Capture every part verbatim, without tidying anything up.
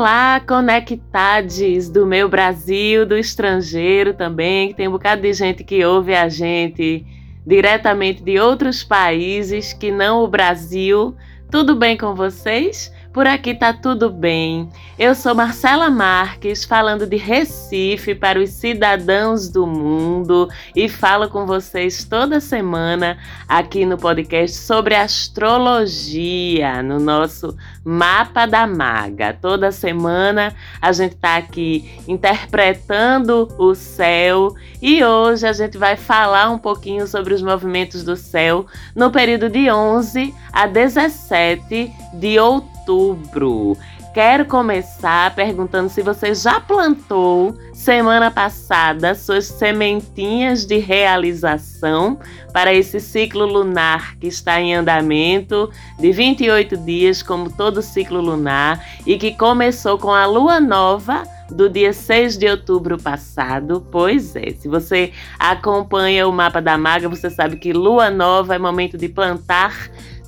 Olá, conectades do meu Brasil, do estrangeiro também, que tem um bocado de gente que ouve a gente diretamente de outros países que não o Brasil. Tudo bem com vocês? Por aqui tá tudo bem. Eu sou Marcela Marques, falando de Recife para os cidadãos do mundo e falo com vocês toda semana aqui no podcast sobre astrologia, no nosso Mapa da Maga. Toda semana a gente tá aqui interpretando o céu e hoje a gente vai falar um pouquinho sobre os movimentos do céu no período de onze a dezessete de outubro. Outubro. Quero começar perguntando se você já plantou semana passada suas sementinhas de realização para esse ciclo lunar que está em andamento de vinte e oito dias, como todo ciclo lunar, e que começou com a lua nova do dia seis de outubro passado. Pois é, se você acompanha o Mapa da Maga, você sabe que lua nova é momento de plantar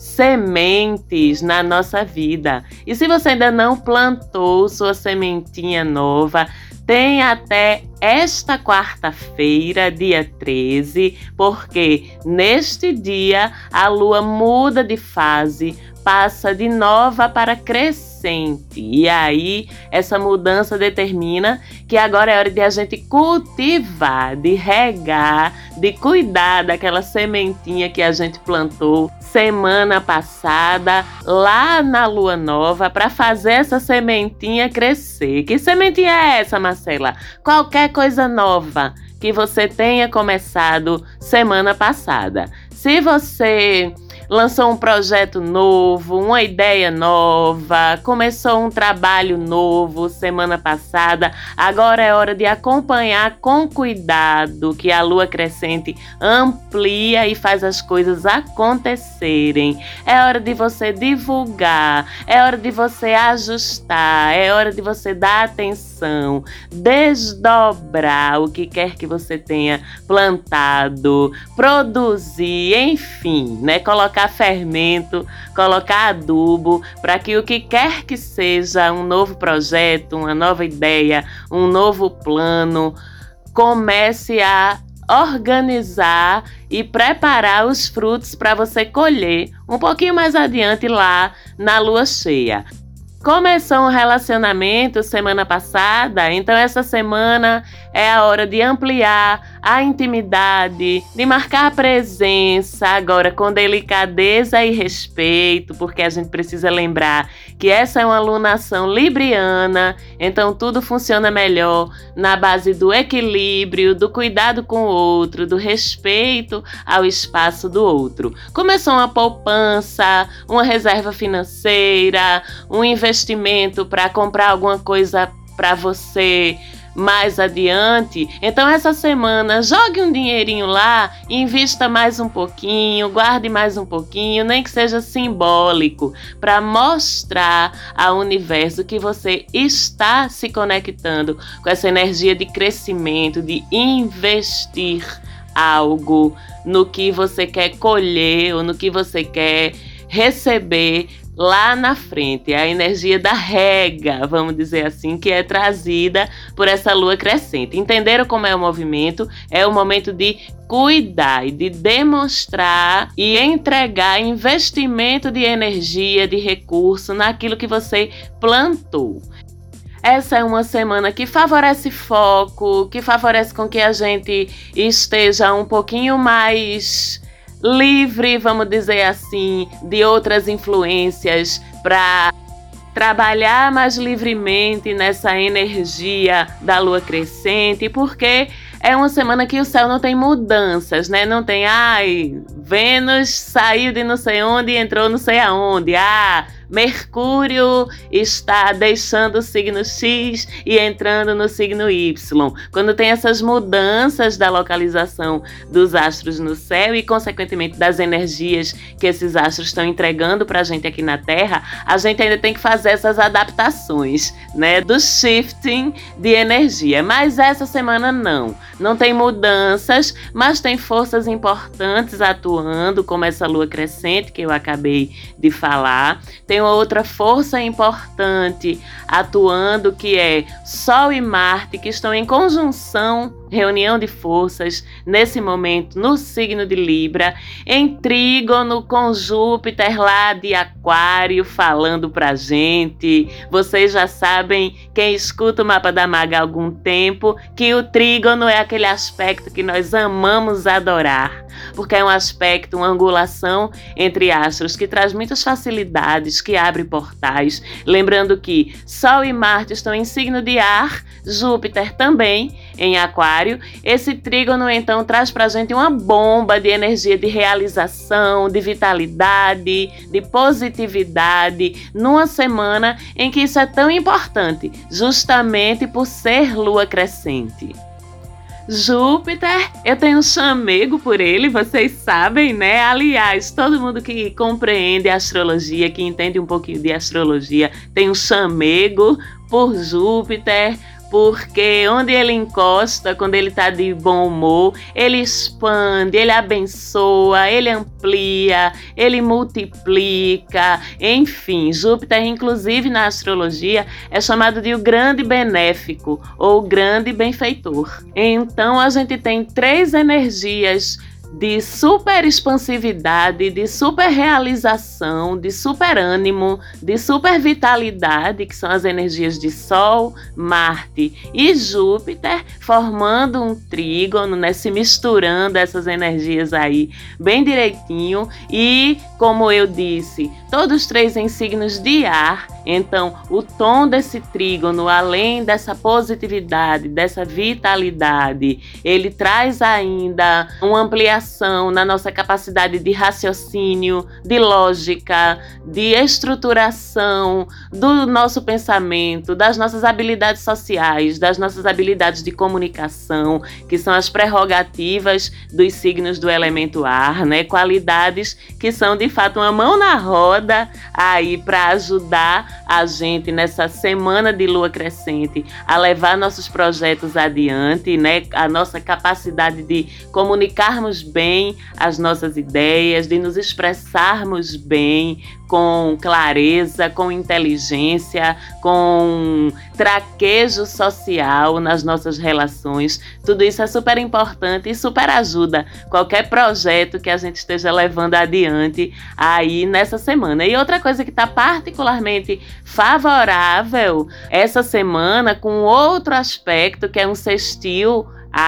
sementes na nossa vida. E se você ainda não plantou sua sementinha nova, tem até esta quarta-feira, dia treze, porque neste dia a lua muda de fase, passa de nova para crescente. E aí, essa mudança determina que agora é hora de a gente cultivar, de regar, de cuidar daquela sementinha que a gente plantou semana passada, lá na lua nova, para fazer essa sementinha crescer. Que sementinha é essa, Marcela? Qualquer coisa nova que você tenha começado semana passada. Se você lançou um projeto novo, uma ideia nova, começou um trabalho novo semana passada, agora é hora de acompanhar com cuidado, que a lua crescente amplia e faz as coisas acontecerem. É hora de você divulgar, é hora de você ajustar, é hora de você dar atenção, desdobrar o que quer que você tenha plantado, produzir, enfim, né? Colocar fermento, colocar adubo, para que o que quer que seja um novo projeto, uma nova ideia, um novo plano, comece a organizar e preparar os frutos para você colher um pouquinho mais adiante lá na lua cheia. Começou um relacionamento semana passada, então essa semana é a hora de ampliar a intimidade, de marcar a presença, agora com delicadeza e respeito, porque a gente precisa lembrar que essa é uma alunação libriana, então tudo funciona melhor na base do equilíbrio, do cuidado com o outro, do respeito ao espaço do outro. Começou uma poupança, uma reserva financeira, um investimento para comprar alguma coisa para você mais adiante. Então essa semana jogue um dinheirinho lá, invista mais um pouquinho, guarde mais um pouquinho, nem que seja simbólico, para mostrar ao universo que você está se conectando com essa energia de crescimento, de investir algo no que você quer colher ou no que você quer receber lá na frente. A energia da rega, vamos dizer assim, que é trazida por essa lua crescente. Entenderam como é o movimento? É o momento de cuidar e de demonstrar e entregar investimento de energia, de recurso naquilo que você plantou. Essa é uma semana que favorece foco, que favorece com que a gente esteja um pouquinho mais livre, vamos dizer assim, de outras influências, para trabalhar mais livremente nessa energia da lua crescente, porque é uma semana que o céu não tem mudanças, né? Não tem, ai, Vênus saiu de não sei onde e entrou não sei aonde, ah, Mercúrio está deixando o signo X e entrando no signo Y. Quando tem essas mudanças da localização dos astros no céu e, consequentemente, das energias que esses astros estão entregando para a gente aqui na Terra, a gente ainda tem que fazer essas adaptações, né, do shifting de energia. Mas essa semana não. não tem mudanças, mas tem forças importantes atuando, como essa lua crescente que eu acabei de falar. Tem outra força importante atuando, que é Sol e Marte, que estão em conjunção, reunião de forças, nesse momento no signo de Libra, em trígono com Júpiter lá de Aquário, falando pra gente. Vocês já sabem, quem escuta o Mapa da Maga há algum tempo, que o trígono é aquele aspecto que nós amamos adorar, porque é um aspecto, uma angulação entre astros que traz muitas facilidades, que abre portais. Lembrando que Sol e Marte estão em signo de ar, Júpiter também em Aquário. Esse trígono então traz pra gente uma bomba de energia de realização, de vitalidade, de positividade, numa semana em que isso é tão importante, justamente por ser lua crescente. Júpiter, eu tenho um chamego por ele, vocês sabem, né? Aliás, todo mundo que compreende a astrologia, que entende um pouquinho de astrologia, tem um chamego por Júpiter, porque onde ele encosta, quando ele está de bom humor, ele expande, ele abençoa, ele amplia, ele multiplica, enfim. Júpiter, inclusive na astrologia, é chamado de o grande benéfico ou o grande benfeitor. Então a gente tem três energias de super expansividade, de super realização, de super ânimo, de super vitalidade, que são as energias de Sol, Marte e Júpiter, formando um trígono, né, se misturando essas energias aí bem direitinho. E, como eu disse, todos três em signos de ar. Então, o tom desse trígono, além dessa positividade, dessa vitalidade, ele traz ainda uma ampliação na nossa capacidade de raciocínio, de lógica, de estruturação do nosso pensamento, das nossas habilidades sociais, das nossas habilidades de comunicação, que são as prerrogativas dos signos do elemento ar, né? Qualidades que são, de fato, uma mão na roda aí para ajudar a gente nessa semana de lua crescente a levar nossos projetos adiante, né? A nossa capacidade de comunicarmos bem as nossas ideias, de nos expressarmos bem, com clareza, com inteligência, com traquejo social nas nossas relações. Tudo isso é super importante e super ajuda qualquer projeto que a gente esteja levando adiante aí nessa semana. E outra coisa que está particularmente favorável essa semana, com outro aspecto, que é um sextil.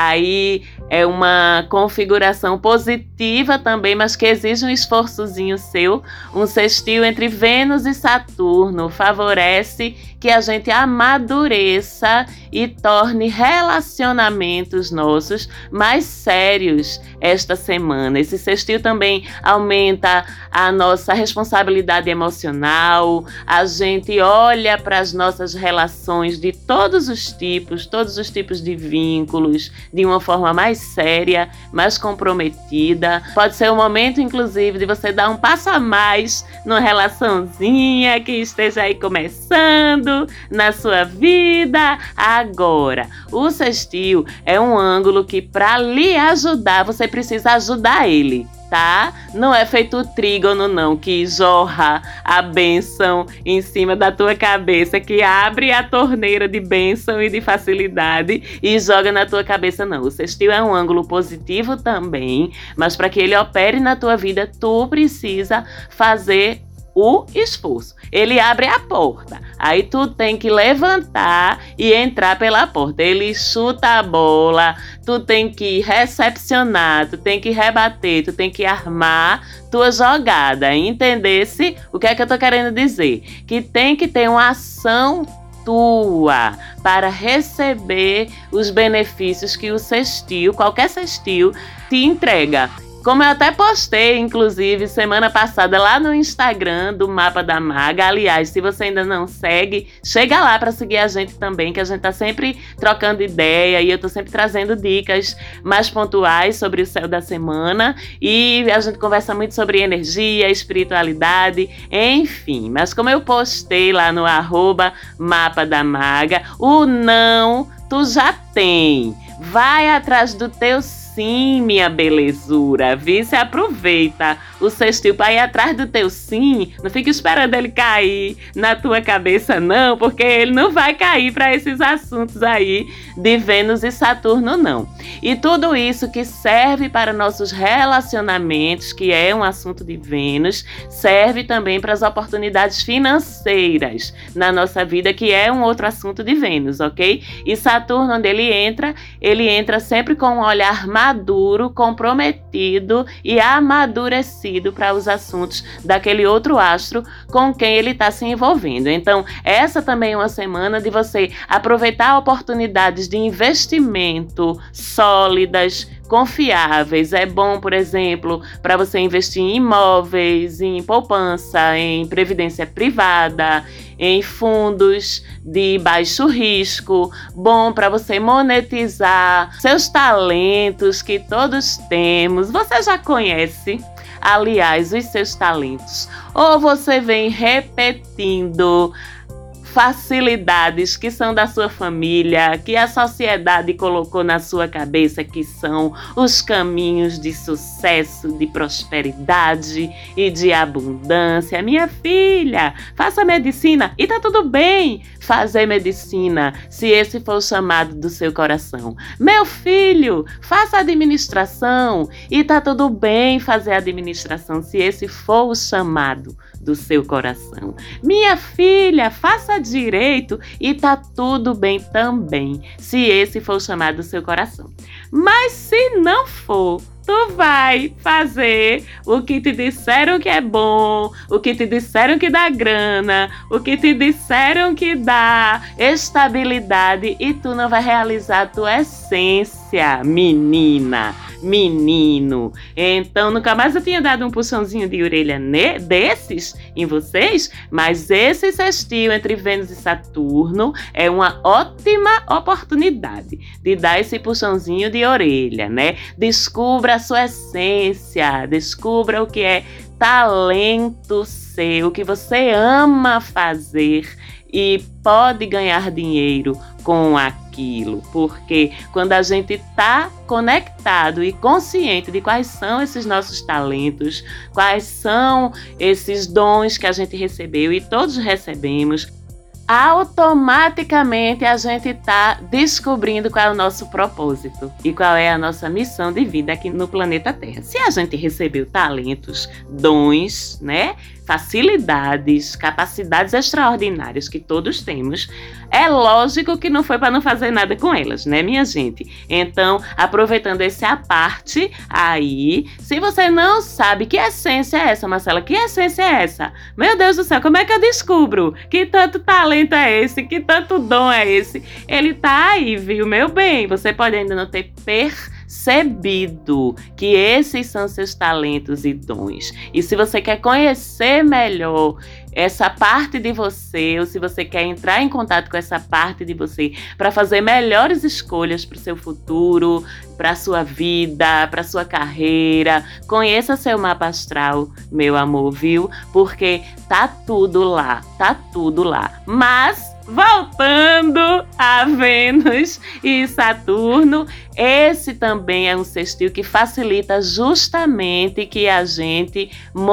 Aí é uma configuração positiva também, mas que exige um esforçozinho seu. Um sextil entre Vênus e Saturno favorece que a gente amadureça e torne relacionamentos nossos mais sérios esta semana. Esse sextil também aumenta a nossa responsabilidade emocional. A gente olha para as nossas relações de todos os tipos, todos os tipos de vínculos, de uma forma mais séria, mais comprometida. Pode ser o momento, inclusive, de você dar um passo a mais numa relaçãozinha que esteja aí começando na sua vida agora. O sextil é um ângulo que, para lhe ajudar, você precisa ajudar ele, tá? Não é feito o trígono, não, que jorra a bênção em cima da tua cabeça, que abre a torneira de bênção e de facilidade e joga na tua cabeça, não. O sextil é um ângulo positivo também, mas para que ele opere na tua vida, tu precisa fazer o esforço. Ele abre a porta, aí tu tem que levantar e entrar pela porta. Ele chuta a bola, tu tem que recepcionar, tu tem que rebater, tu tem que armar tua jogada. Entendesse o que é que eu tô querendo dizer? Que tem que ter uma ação tua para receber os benefícios que o sextil, qualquer sextil, te entrega. Como eu até postei, inclusive, semana passada lá no Instagram do Mapa da Maga. Aliás, se você ainda não segue, chega lá para seguir a gente também, que a gente tá sempre trocando ideia e eu tô sempre trazendo dicas mais pontuais sobre o céu da semana. E a gente conversa muito sobre energia, espiritualidade, enfim. Mas como eu postei lá no arroba Mapa da Maga, o não tu já tem. Vai atrás do teu sim, minha belezura. Vê se aproveita o sextil para ir atrás do teu sim. Não fica esperando ele cair na tua cabeça, não, porque ele não vai cair para esses assuntos aí de Vênus e Saturno, não. E tudo isso que serve para nossos relacionamentos, que é um assunto de Vênus, serve também para as oportunidades financeiras na nossa vida, que é um outro assunto de Vênus, ok? E Saturno, onde ele entra, ele entra sempre com um olhar maduro, comprometido e amadurecido para os assuntos daquele outro astro com quem ele está se envolvendo. Então, essa também é uma semana de você aproveitar oportunidades de investimento sólidas, confiáveis. É bom, por exemplo, para você investir em imóveis, em poupança, em previdência privada, em fundos de baixo risco. Bom para você monetizar seus talentos que todos temos. Você já conhece, aliás, os seus talentos? Ou você vem repetindo facilidades que são da sua família, que a sociedade colocou na sua cabeça, que são os caminhos de sucesso, de prosperidade e de abundância? Minha filha, faça medicina e tá tudo bem fazer medicina, se esse for o chamado do seu coração. Meu filho, faça administração e tá tudo bem fazer administração, se esse for o chamado do seu coração. Minha filha, faça direito e tá tudo bem também, se esse for o chamado do seu coração. Mas se não for, tu vai fazer o que te disseram que é bom, o que te disseram que dá grana, o que te disseram que dá estabilidade, e tu não vai realizar a tua essência, menina, menino. Então, nunca mais eu tinha dado um puxãozinho de orelha ne- desses em vocês, mas esse sextil entre Vênus e Saturno é uma ótima oportunidade de dar esse puxãozinho de orelha, né? Descubra a sua essência, descubra o que é talento seu, o que você ama fazer e pode ganhar dinheiro com aquilo, porque quando a gente está conectado e consciente de quais são esses nossos talentos, quais são esses dons que a gente recebeu e todos recebemos, automaticamente a gente está descobrindo qual é o nosso propósito e qual é a nossa missão de vida aqui no planeta Terra. Se a gente recebeu talentos, dons, né, facilidades, capacidades extraordinárias que todos temos, é lógico que não foi para não fazer nada com elas, né, minha gente? Então, aproveitando esse à parte aí, se você não sabe que essência é essa, Marcela, que essência é essa? Meu Deus do céu, como é que eu descubro que tanto talento é esse, que tanto dom é esse? Ele tá aí, viu, meu bem? Você pode ainda não ter percebido que esses são seus talentos e dons. E se você quer conhecer melhor essa parte de você, ou se você quer entrar em contato com essa parte de você para fazer melhores escolhas para o seu futuro, para a sua vida, para a sua carreira, conheça seu mapa astral, meu amor, viu? Porque tá tudo lá, tá tudo lá. Mas voltando a Vênus e Saturno, esse também é um sextil que facilita justamente que a gente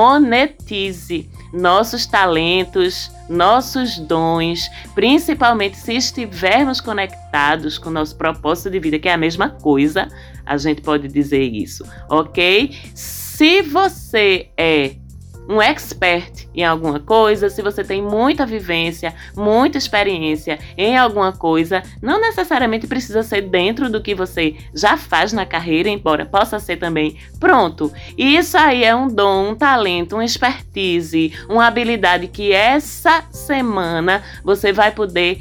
monetize nossos talentos, nossos dons, principalmente se estivermos conectados com o nosso propósito de vida, que é a mesma coisa, a gente pode dizer isso, ok? Se você é um expert em alguma coisa, se você tem muita vivência, muita experiência em alguma coisa, não necessariamente precisa ser dentro do que você já faz na carreira, embora possa ser também. Pronto, isso aí é um dom, um talento, uma expertise, uma habilidade que essa semana você vai poder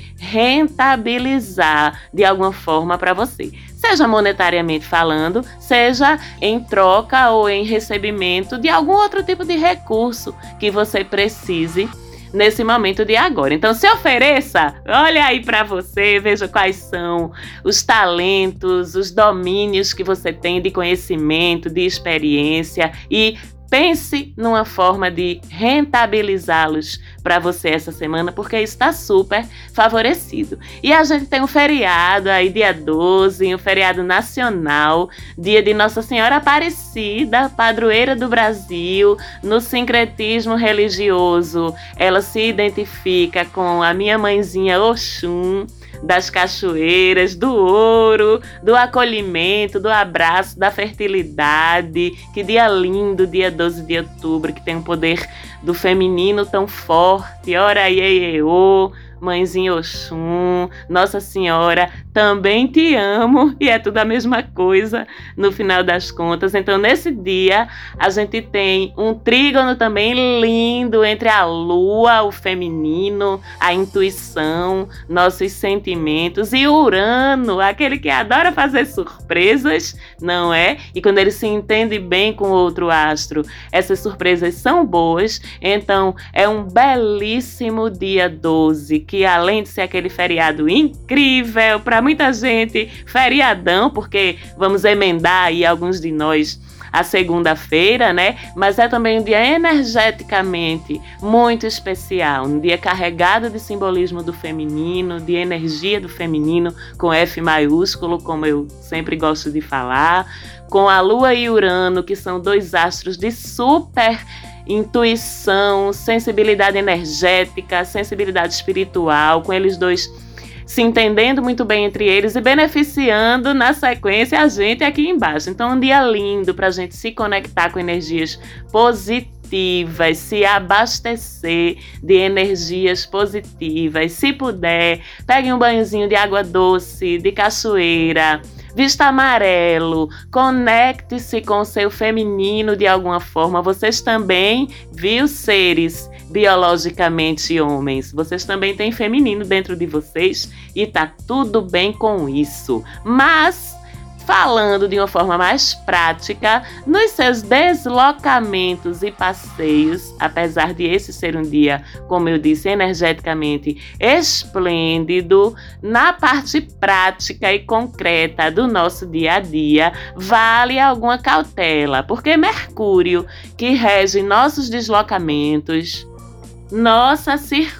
rentabilizar de alguma forma para você. Seja monetariamente falando, seja em troca ou em recebimento de algum outro tipo de recurso que você precise nesse momento de agora. Então, se ofereça, olha aí para você, veja quais são os talentos, os domínios que você tem de conhecimento, de experiência, e pense numa forma de rentabilizá-los para você essa semana, porque está super favorecido. E a gente tem um feriado aí, dia doze, um feriado nacional, dia de Nossa Senhora Aparecida, padroeira do Brasil. No sincretismo religioso, ela se identifica com a minha mãezinha Oxum, das cachoeiras, do ouro, do acolhimento, do abraço, da fertilidade. Que dia lindo, dia doze de outubro, que tem um poder do feminino tão forte. Ora, iê, mãezinha Oxum, Nossa Senhora, também te amo, e é tudo a mesma coisa no final das contas. Então, nesse dia, a gente tem um trígono também lindo entre a lua, o feminino, a intuição, nossos sentimentos, e Urano, aquele que adora fazer surpresas, não é? E quando ele se entende bem com outro astro, essas surpresas são boas. Então, é um belíssimo dia doze, que além de ser aquele feriado incrível, para muita gente, feriadão, porque vamos emendar aí alguns de nós a segunda-feira, né? Mas é também um dia energeticamente muito especial, um dia carregado de simbolismo do feminino, de energia do feminino, com F maiúsculo, como eu sempre gosto de falar, com a Lua e Urano, que são dois astros de super intuição, sensibilidade energética, sensibilidade espiritual, com eles dois se entendendo muito bem entre eles e beneficiando na sequência a gente aqui embaixo. Então, um dia lindo para a gente se conectar com energias positivas, se abastecer de energias positivas. Se puder, pegue um banhozinho de água doce, de cachoeira, vista amarelo, conecte-se com o seu feminino de alguma forma. Vocês também, viu, seres biologicamente homens, vocês também têm feminino dentro de vocês e tá tudo bem com isso. Mas, falando de uma forma mais prática, nos seus deslocamentos e passeios, apesar de esse ser um dia, como eu disse, energeticamente esplêndido, na parte prática e concreta do nosso dia a dia, vale alguma cautela, porque Mercúrio, que rege nossos deslocamentos, nossa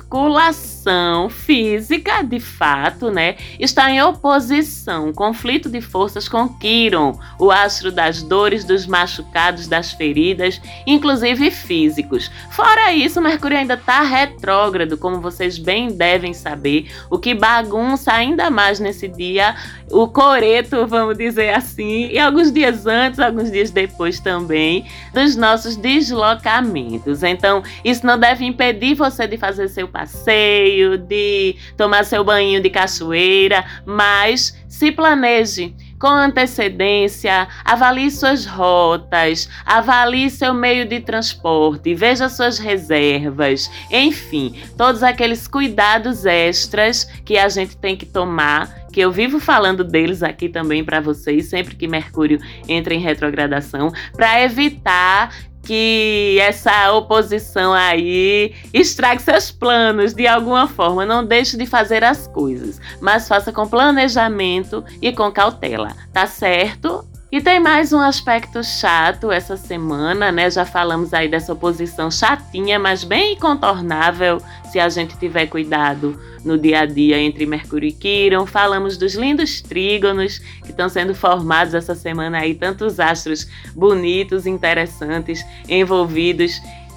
circulação física, de fato, né, está em oposição, conflito de forças com Quiron, o astro das dores, dos machucados, das feridas, inclusive físicos. Fora isso, Mercúrio ainda está retrógrado, como vocês bem devem saber, o que bagunça ainda mais nesse dia o coreto, vamos dizer assim, e alguns dias antes, alguns dias depois também, dos nossos deslocamentos. Então, isso não deve impedir você de fazer seu passeio, de tomar seu banho de cachoeira, mas se planeje com antecedência, avalie suas rotas, avalie seu meio de transporte, veja suas reservas, enfim, todos aqueles cuidados extras que a gente tem que tomar, que eu vivo falando deles aqui também para vocês, sempre que Mercúrio entra em retrogradação, para evitar que essa oposição aí estrague seus planos de alguma forma. Não deixe de fazer as coisas, mas faça com planejamento e com cautela, tá certo? E tem mais um aspecto chato essa semana, né? Já falamos aí dessa oposição chatinha, mas bem incontornável se a gente tiver cuidado no dia a dia entre Mercúrio e Quiron. Falamos dos lindos trígonos que estão sendo formados essa semana aí, tantos astros bonitos, interessantes, envolvidos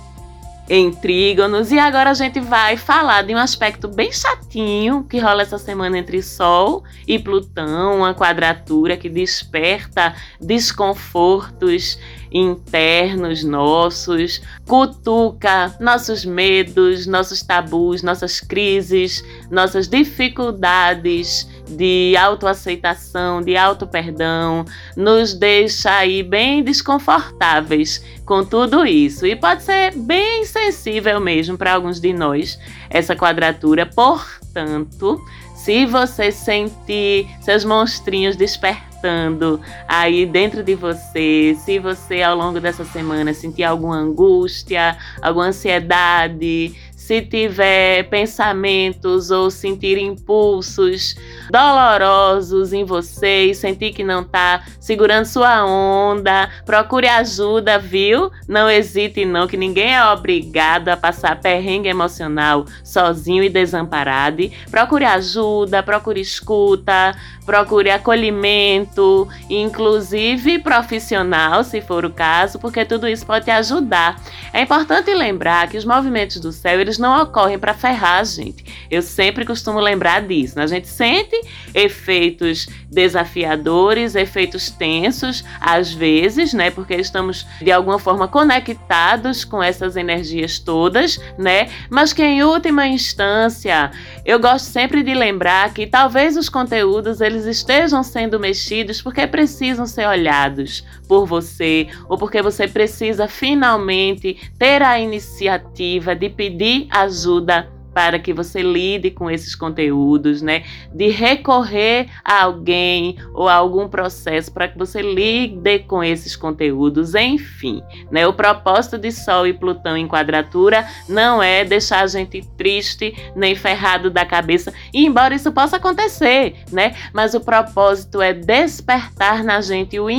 em trígonos. E agora a gente vai falar de um aspecto bem chatinho que rola essa semana entre Sol e Plutão, uma quadratura que desperta desconfortos internos nossos, cutuca nossos medos, nossos tabus, nossas crises, nossas dificuldades de autoaceitação, de autoperdão, nos deixa aí bem desconfortáveis com tudo isso. E pode ser bem sensível mesmo para alguns de nós essa quadratura. Portanto, se você sentir seus monstrinhos despertando aí dentro de você, se você ao longo dessa semana sentir alguma angústia, alguma ansiedade, se tiver pensamentos ou sentir impulsos dolorosos em você e sentir que não está segurando sua onda, procure ajuda, viu? Não hesite não, que ninguém é obrigado a passar perrengue emocional sozinho e desamparado. Procure ajuda, procure escuta, procure acolhimento, inclusive profissional, se for o caso, porque tudo isso pode te ajudar. É importante lembrar que os movimentos do céu, eles não ocorrem para ferrar a gente. Eu sempre costumo lembrar disso, né? A gente sente efeitos desafiadores, efeitos tensos, às vezes, né? Porque estamos, de alguma forma, conectados com essas energias todas, né? Mas que, em última instância, eu gosto sempre de lembrar que talvez os conteúdos, eles estejam sendo mexidos porque precisam ser olhados por você, ou porque você precisa finalmente ter a iniciativa de pedir ajuda para que você lide com esses conteúdos, né? De recorrer a alguém ou a algum processo para que você lide com esses conteúdos, enfim, né? O propósito de Sol e Plutão em quadratura não é deixar a gente triste nem ferrado da cabeça, e embora isso possa acontecer, né? Mas o propósito é despertar na gente o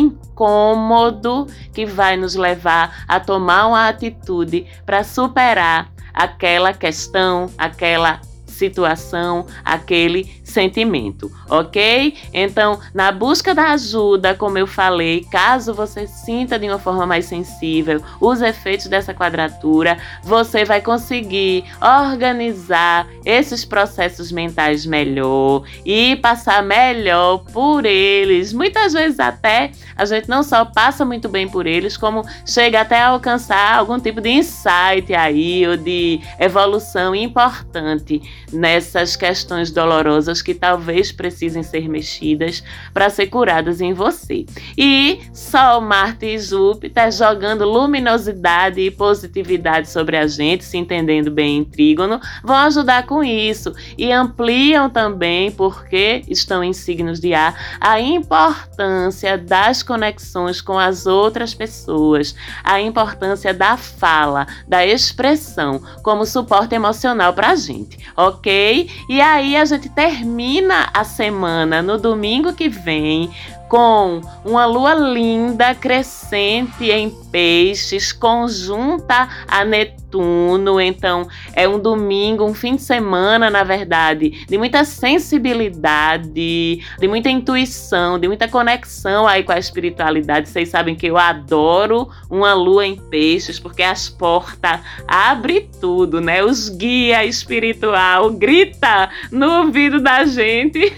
incômodo que vai nos levar a tomar uma atitude para superar aquela questão, aquela situação, aquele sentimento, ok? Então, na busca da ajuda, como eu falei, caso você sinta de uma forma mais sensível os efeitos dessa quadratura, você vai conseguir organizar esses processos mentais melhor e passar melhor por eles. Muitas vezes até a gente não só passa muito bem por eles, como chega até a alcançar algum tipo de insight aí, ou de evolução importante nessas questões dolorosas que talvez precisem ser mexidas para ser curadas em você. E Sol, Marte e Júpiter jogando luminosidade e positividade sobre a gente, se entendendo bem em trígono, vão ajudar com isso e ampliam também, porque estão em signos de ar, a importância das conexões com as outras pessoas, a importância da fala, da expressão como suporte emocional para a gente, ok? E aí a gente termina a semana no domingo que vem com uma lua linda crescente em peixes, conjunta a Netuno. Então é um domingo, um fim de semana, na verdade, de muita sensibilidade, de muita intuição, de muita conexão aí com a espiritualidade. Vocês sabem que eu adoro uma lua em peixes, porque as portas abrem tudo, né? Os guia espiritual grita no ouvido da gente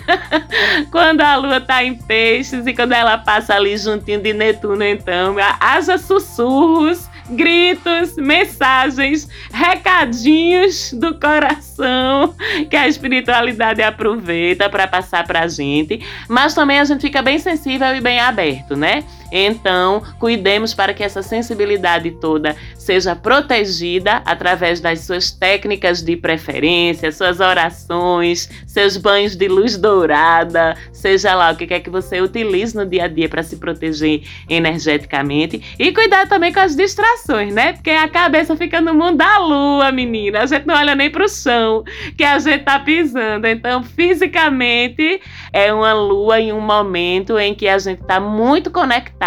quando a lua tá em peixes. E quando ela passa ali juntinho de Netuno, então, haja sussurros, gritos, mensagens, recadinhos do coração que a espiritualidade aproveita para passar para a gente, mas também a gente fica bem sensível e bem aberto, né? Então, cuidemos para que essa sensibilidade toda seja protegida através das suas técnicas de preferência, suas orações, seus banhos de luz dourada, seja lá o que quer que você utilize no dia a dia para se proteger energeticamente. E cuidar também com as distrações, né? Porque a cabeça fica no mundo da lua, menina. A gente não olha nem para o chão que a gente tá pisando. Então, fisicamente, é uma lua em um momento em que a gente tá muito conectado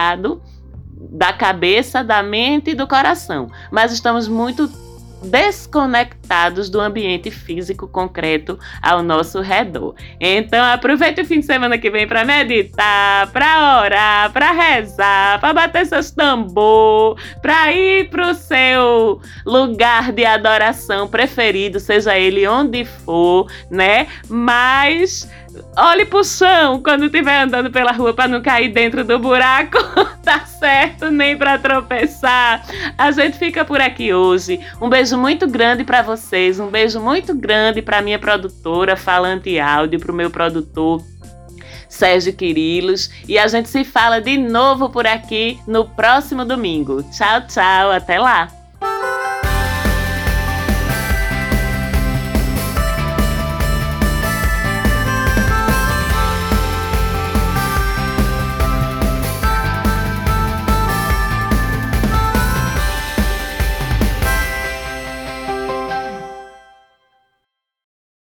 da cabeça, da mente e do coração, mas estamos muito desconectados do ambiente físico concreto ao nosso redor. Então aproveite o fim de semana que vem para meditar, para orar, para rezar, para bater seus tambor, para ir para o seu lugar de adoração preferido, seja ele onde for, né? Mas olhe pro chão quando estiver andando pela rua para não cair dentro do buraco, tá certo? Nem para tropeçar. A gente fica por aqui hoje. Um beijo muito grande para vocês, um beijo muito grande para minha produtora Falante Áudio, para o meu produtor Sérgio Quirilos, e a gente se fala de novo por aqui no próximo domingo. Tchau, tchau, até lá!